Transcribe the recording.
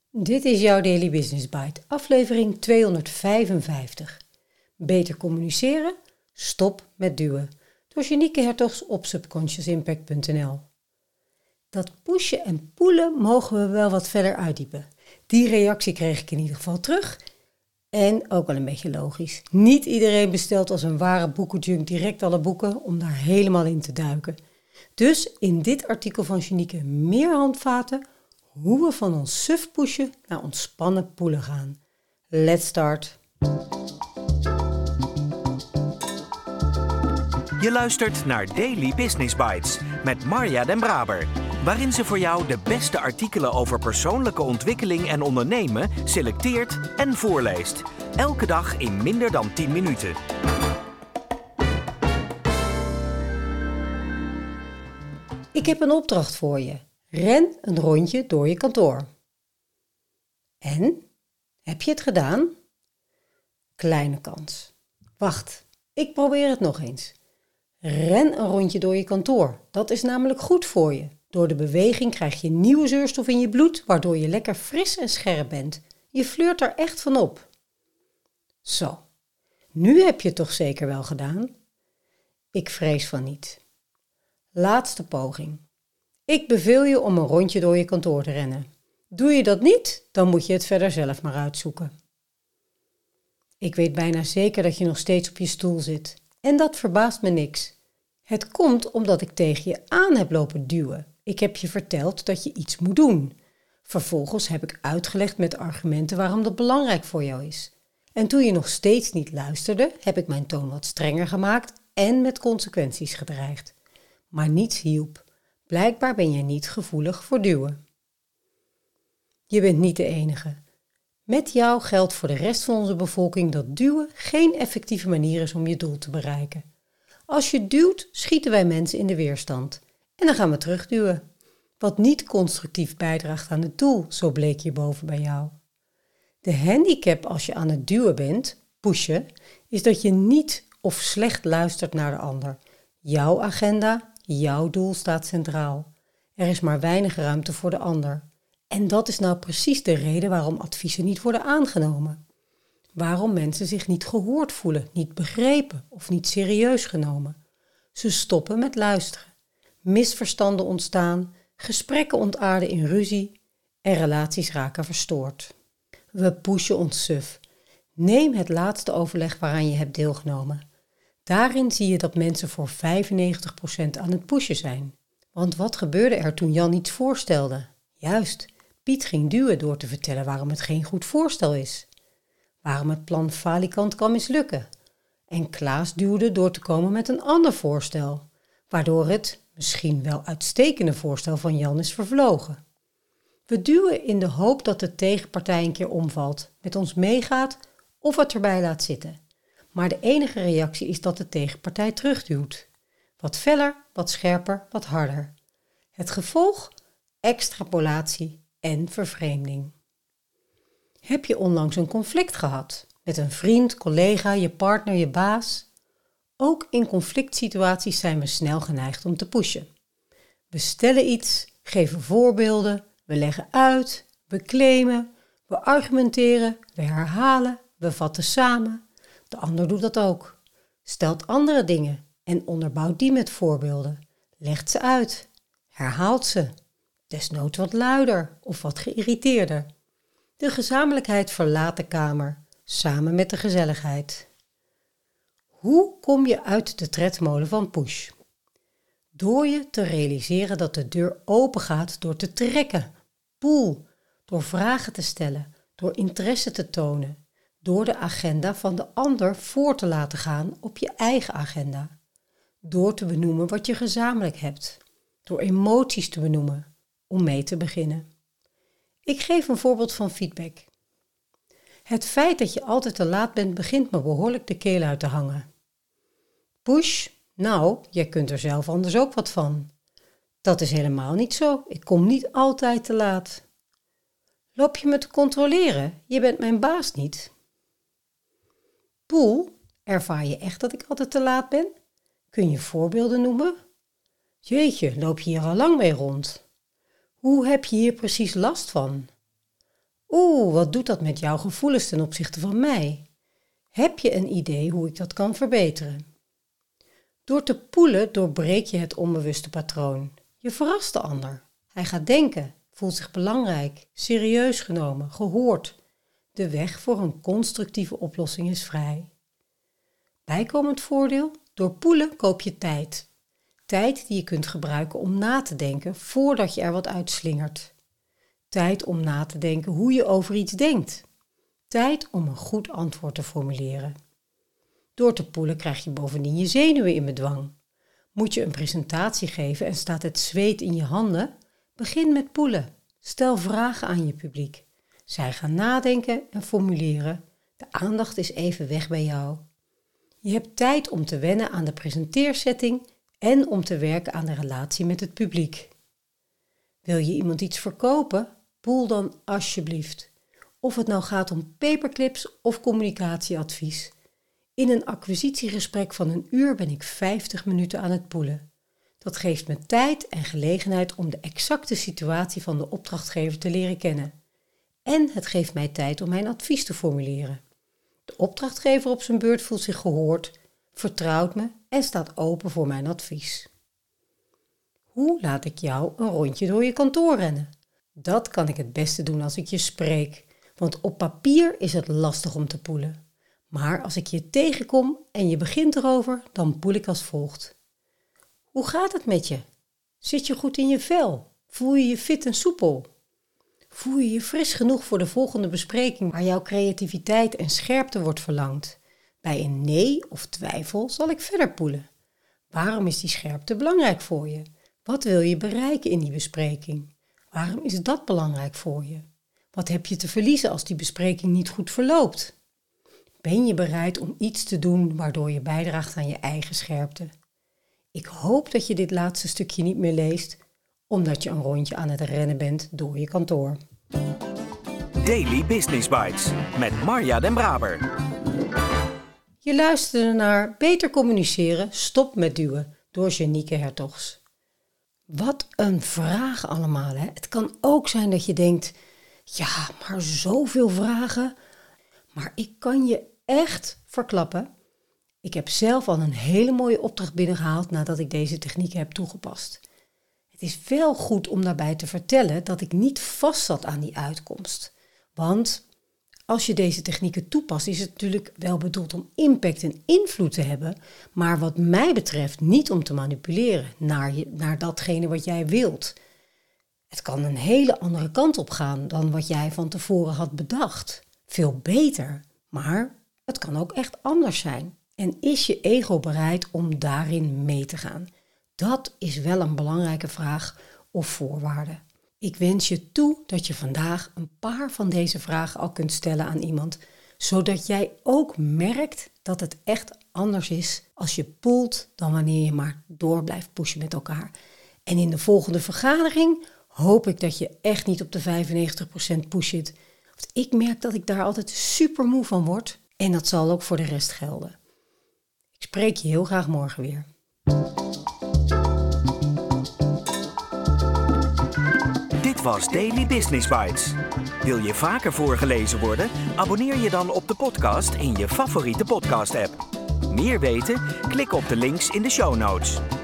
Dit is jouw Daily Business Bite, aflevering 255. Beter communiceren? Stop met duwen. Door Janieke Hertogs op subconsciousimpact.nl. Dat pushen en poelen mogen we wel wat verder uitdiepen. Die reactie kreeg ik in ieder geval terug. En ook wel een beetje logisch. Niet iedereen bestelt als een ware boekenjunk direct alle boeken om daar helemaal in te duiken. Dus in dit artikel van Janieke meer handvaten hoe we van ons suf pushen naar ontspannen poelen gaan. Let's start! Je luistert naar Daily Business Bites met Marja Den Braber, waarin ze voor jou de beste artikelen over persoonlijke ontwikkeling en ondernemen selecteert en voorleest. Elke dag in minder dan 10 minuten. Ik heb een opdracht voor je. Ren een rondje door je kantoor. En? Heb je het gedaan? Kleine kans. Wacht, ik probeer het nog eens. Ren een rondje door je kantoor. Dat is namelijk goed voor je. Door de beweging krijg je nieuwe zuurstof in je bloed, waardoor je lekker fris en scherp bent. Je fleurt er echt van op. Zo, nu heb je het toch zeker wel gedaan? Ik vrees van niet. Laatste poging. Ik beveel je om een rondje door je kantoor te rennen. Doe je dat niet, dan moet je het verder zelf maar uitzoeken. Ik weet bijna zeker dat je nog steeds op je stoel zit. En dat verbaast me niks. Het komt omdat ik tegen je aan heb lopen duwen. Ik heb je verteld dat je iets moet doen. Vervolgens heb ik uitgelegd met argumenten waarom dat belangrijk voor jou is. En toen je nog steeds niet luisterde, heb ik mijn toon wat strenger gemaakt en met consequenties gedreigd. Maar niets hielp. Blijkbaar ben je niet gevoelig voor duwen. Je bent niet de enige. Met jou geldt voor de rest van onze bevolking dat duwen geen effectieve manier is om je doel te bereiken. Als je duwt, schieten wij mensen in de weerstand. En dan gaan we terugduwen. Wat niet constructief bijdraagt aan het doel, zo bleek hierboven bij jou. De handicap als je aan het duwen bent, pushen, is dat je niet of slecht luistert naar de ander. Jouw agenda, jouw doel staat centraal. Er is maar weinig ruimte voor de ander. En dat is nou precies de reden waarom adviezen niet worden aangenomen. Waarom mensen zich niet gehoord voelen, niet begrepen of niet serieus genomen. Ze stoppen met luisteren. Misverstanden ontstaan, gesprekken ontaarden in ruzie en relaties raken verstoord. We pushen ons suf. Neem het laatste overleg waaraan je hebt deelgenomen. Daarin zie je dat mensen voor 95% aan het pushen zijn. Want wat gebeurde er toen Jan iets voorstelde? Juist, Piet ging duwen door te vertellen waarom het geen goed voorstel is. Waarom het plan falikant kan mislukken. En Klaas duwde door te komen met een ander voorstel, waardoor het misschien wel uitstekende voorstel van Jan is vervlogen. We duwen in de hoop dat de tegenpartij een keer omvalt, met ons meegaat of het erbij laat zitten. Maar de enige reactie is dat de tegenpartij terugduwt. Wat feller, wat scherper, wat harder. Het gevolg? Extrapolatie en vervreemding. Heb je onlangs een conflict gehad? Met een vriend, collega, je partner, je baas? Ook in conflict situaties zijn we snel geneigd om te pushen. We stellen iets, geven voorbeelden, we leggen uit, we claimen, we argumenteren, we herhalen, we vatten samen. De ander doet dat ook. Stelt andere dingen en onderbouwt die met voorbeelden. Legt ze uit. Herhaalt ze. Desnoods wat luider of wat geïrriteerder. De gezamenlijkheid verlaat de kamer, samen met de gezelligheid. Hoe kom je uit de tredmolen van push? Door je te realiseren dat de deur open gaat door te trekken. Pull. Door vragen te stellen, door interesse te tonen. Door de agenda van de ander voor te laten gaan op je eigen agenda. Door te benoemen wat je gezamenlijk hebt. Door emoties te benoemen, om mee te beginnen. Ik geef een voorbeeld van feedback. Het feit dat je altijd te laat bent begint me behoorlijk de keel uit te hangen. Push? Nou, jij kunt er zelf anders ook wat van. Dat is helemaal niet zo. Ik kom niet altijd te laat. Loop je me te controleren? Je bent mijn baas niet. Pull? Ervaar je echt dat ik altijd te laat ben? Kun je voorbeelden noemen? Jeetje, loop je hier al lang mee rond? Hoe heb je hier precies last van? Wat doet dat met jouw gevoelens ten opzichte van mij? Heb je een idee hoe ik dat kan verbeteren? Door te poelen doorbreek je het onbewuste patroon. Je verrast de ander. Hij gaat denken, voelt zich belangrijk, serieus genomen, gehoord. De weg voor een constructieve oplossing is vrij. Bijkomend voordeel, door poelen koop je tijd. Tijd die je kunt gebruiken om na te denken voordat je er wat uitslingert. Tijd om na te denken hoe je over iets denkt. Tijd om een goed antwoord te formuleren. Door te poelen krijg je bovendien je zenuwen in bedwang. Moet je een presentatie geven en staat het zweet in je handen? Begin met poelen. Stel vragen aan je publiek. Zij gaan nadenken en formuleren. De aandacht is even weg bij jou. Je hebt tijd om te wennen aan de presenteersetting en om te werken aan de relatie met het publiek. Wil je iemand iets verkopen? Poel dan alsjeblieft. Of het nou gaat om paperclips of communicatieadvies. In een acquisitiegesprek van 1 uur ben ik 50 minuten aan het poelen. Dat geeft me tijd en gelegenheid om de exacte situatie van de opdrachtgever te leren kennen. En het geeft mij tijd om mijn advies te formuleren. De opdrachtgever op zijn beurt voelt zich gehoord, vertrouwt me en staat open voor mijn advies. Hoe laat ik jou een rondje door je kantoor rennen? Dat kan ik het beste doen als ik je spreek, want op papier is het lastig om te poelen. Maar als ik je tegenkom en je begint erover, dan poel ik als volgt. Hoe gaat het met je? Zit je goed in je vel? Voel je je fit en soepel? Voel je je fris genoeg voor de volgende bespreking waar jouw creativiteit en scherpte wordt verlangd? Bij een nee of twijfel zal ik verder poelen. Waarom is die scherpte belangrijk voor je? Wat wil je bereiken in die bespreking? Waarom is dat belangrijk voor je? Wat heb je te verliezen als die bespreking niet goed verloopt? Ben je bereid om iets te doen waardoor je bijdraagt aan je eigen scherpte? Ik hoop dat je dit laatste stukje niet meer leest, omdat je een rondje aan het rennen bent door je kantoor. Daily Business Bites met Marja Den Braber. Je luisterde naar Beter communiceren, stop met duwen door Janieke Hertogs. Wat een vraag allemaal, hè? Het kan ook zijn dat je denkt, ja, maar zoveel vragen. Maar ik kan je echt verklappen, ik heb zelf al een hele mooie opdracht binnengehaald nadat ik deze technieken heb toegepast. Het is wel goed om daarbij te vertellen dat ik niet vast zat aan die uitkomst. Want als je deze technieken toepast, is het natuurlijk wel bedoeld om impact en invloed te hebben, maar wat mij betreft niet om te manipuleren naar datgene wat jij wilt. Het kan een hele andere kant op gaan dan wat jij van tevoren had bedacht. Veel beter, maar het kan ook echt anders zijn. En is je ego bereid om daarin mee te gaan? Dat is wel een belangrijke vraag of voorwaarde. Ik wens je toe dat je vandaag een paar van deze vragen al kunt stellen aan iemand, zodat jij ook merkt dat het echt anders is als je poelt dan wanneer je maar door blijft pushen met elkaar. En in de volgende vergadering hoop ik dat je echt niet op de 95% push zit. Want ik merk dat ik daar altijd super moe van word en dat zal ook voor de rest gelden. Ik spreek je heel graag morgen weer. Dit was Daily Business Bites. Wil je vaker voorgelezen worden? Abonneer je dan op de podcast in je favoriete podcast-app. Meer weten? Klik op de links in de show notes.